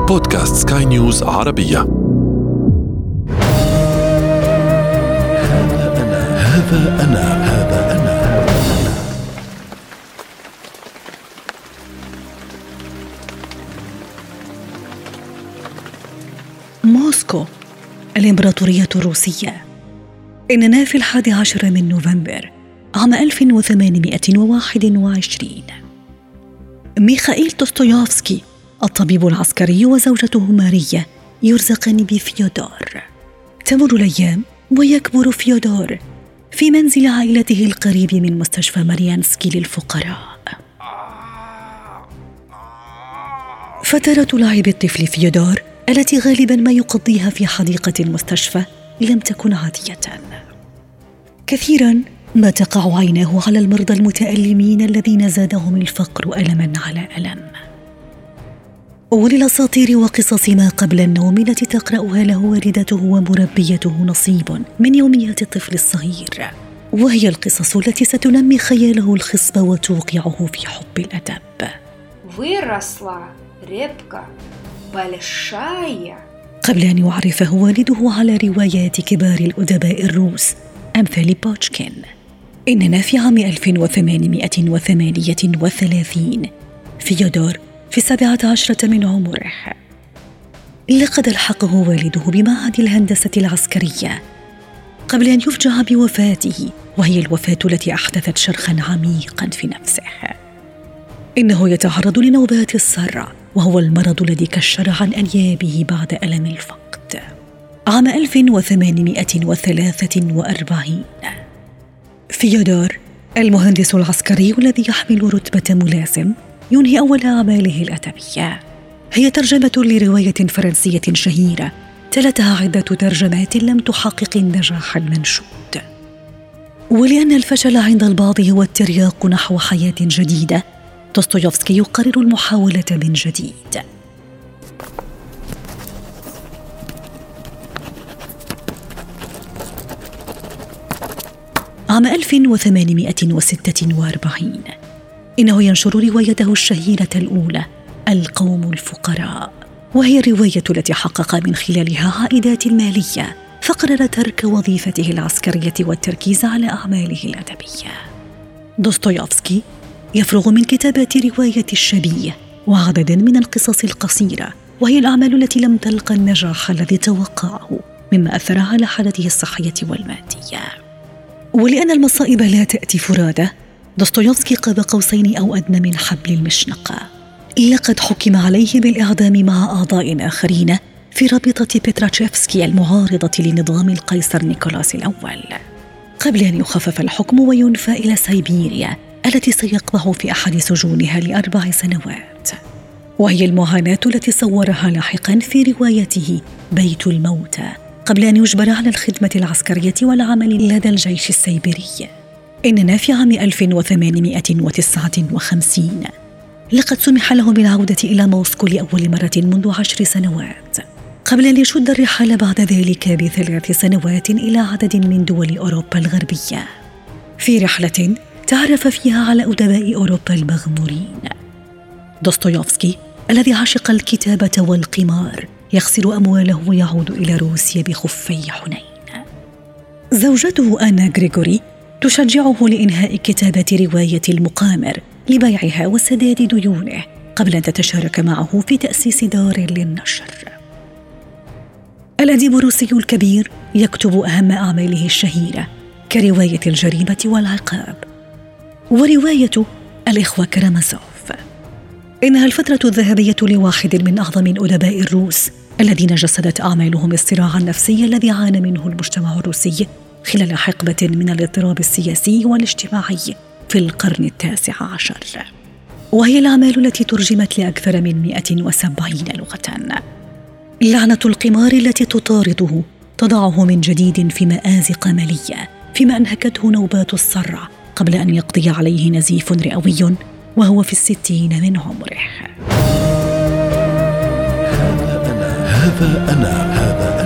بودكاست سكاي نيوز عربية. هذا أنا. موسكو، الإمبراطورية الروسية. إننا في 11 من نوفمبر عام 1821. ميخائيل دوستويفسكي الطبيب العسكري وزوجته ماريا يرزقان بفيودور. تمر الأيام ويكبر فيودور في منزل عائلته القريب من مستشفى ماريانسكي للفقراء. فترة لعب الطفل فيودور التي غالباً ما يقضيها في حديقة المستشفى لم تكن عادية. كثيراً ما تقع عيناه على المرضى المتألمين الذين زادهم الفقر ألماً على ألم. وللأساطير وقصص ما قبل النوم التي تقرأها له والدته ومربيته نصيب من يوميات الطفل الصغير، وهي القصص التي ستنمي خياله الخصب وتوقعه في حب الأدب. Выросла репка большая. قبل أن يعرفه والده على روايات كبار الأدباء الروس أمثال بوتشكين. إننا في عام 1838 فيودور في 17 من عمره. لقد ألحقه والده بمعهد الهندسة العسكرية قبل أن يفجع بوفاته، وهي الوفاة التي أحدثت شرخاً عميقاً في نفسه. إنه يتعرض لنوبات الصرع، وهو المرض الذي كشر عن أنيابه بعد ألم الفقد. عام 1843 فيودور المهندس العسكري الذي يحمل رتبة ملازم ينهي أول أعماله الأدبية. هي ترجمة لرواية فرنسية شهيرة تلتها عدة ترجمات لم تحقق النجاح المنشود. ولأن الفشل عند البعض هو الترياق نحو حياة جديدة، دوستويفسكي يقرر المحاولة من جديد. عام 1846 إنه ينشر روايته الشهيرة الأولى القوم الفقراء، وهي الرواية التي حقق من خلالها عائدات مالية، فقرر ترك وظيفته العسكرية والتركيز على أعماله الأدبية. دوستويفسكي يفرغ من كتابة رواية الشبيه وعدد من القصص القصيرة، وهي الأعمال التي لم تلقى النجاح الذي توقعه، مما أثر على حالته الصحية والمادية. ولأن المصائب لا تأتي فرادى، دوستويفسكي قاب قوسين أو أدنى من حبل المشنقة. لقد حكم عليه بالإعدام مع أعضاء آخرين في رابطة بيتراشيفسكي المعارضة لنظام القيصر نيكولاس الأول، قبل أن يخفف الحكم وينفى إلى سيبيريا التي سيقبح في أحد سجونها ل4 سنوات، وهي المعاناة التي صورها لاحقاً في روايته بيت الموتى، قبل أن يجبر على الخدمة العسكرية والعمل لدى الجيش السيبيري. إننا في عام 1859 لقد سمح له بالعودة إلى موسكو لأول مرة منذ 10 سنوات، قبل أن يشد الرحال بعد ذلك ب3 سنوات إلى عدد من دول أوروبا الغربية، في رحلة تعرف فيها على أدباء أوروبا المغمورين. دوستويفسكي الذي عشق الكتابة والقمار يخسر أمواله ويعود إلى روسيا بخفي حنين. زوجته آنا غريغوري تشجعه لإنهاء كتابة رواية المقامر لبيعها وسداد ديونه، قبل أن تتشارك معه في تأسيس دار للنشر. الأديب الروسي الكبير يكتب أهم أعماله الشهيرة كرواية الجريمة والعقاب ورواية الإخوة كرامازوف. إنها الفترة الذهبية لواحد من أعظم أدباء الروس الذين جسدت أعمالهم الصراع النفسي الذي عانى منه المجتمع الروسي خلال حقبة من الاضطراب السياسي والاجتماعي في القرن ال19، وهي الأعمال التي ترجمت لأكثر من 170 لغة. لعنة القمار التي تطارده تضعه من جديد في مآزق مالية، فيما أنهكته نوبات الصرع قبل أن يقضي عليه نزيف رئوي وهو في 60 من عمره. هذا أنا.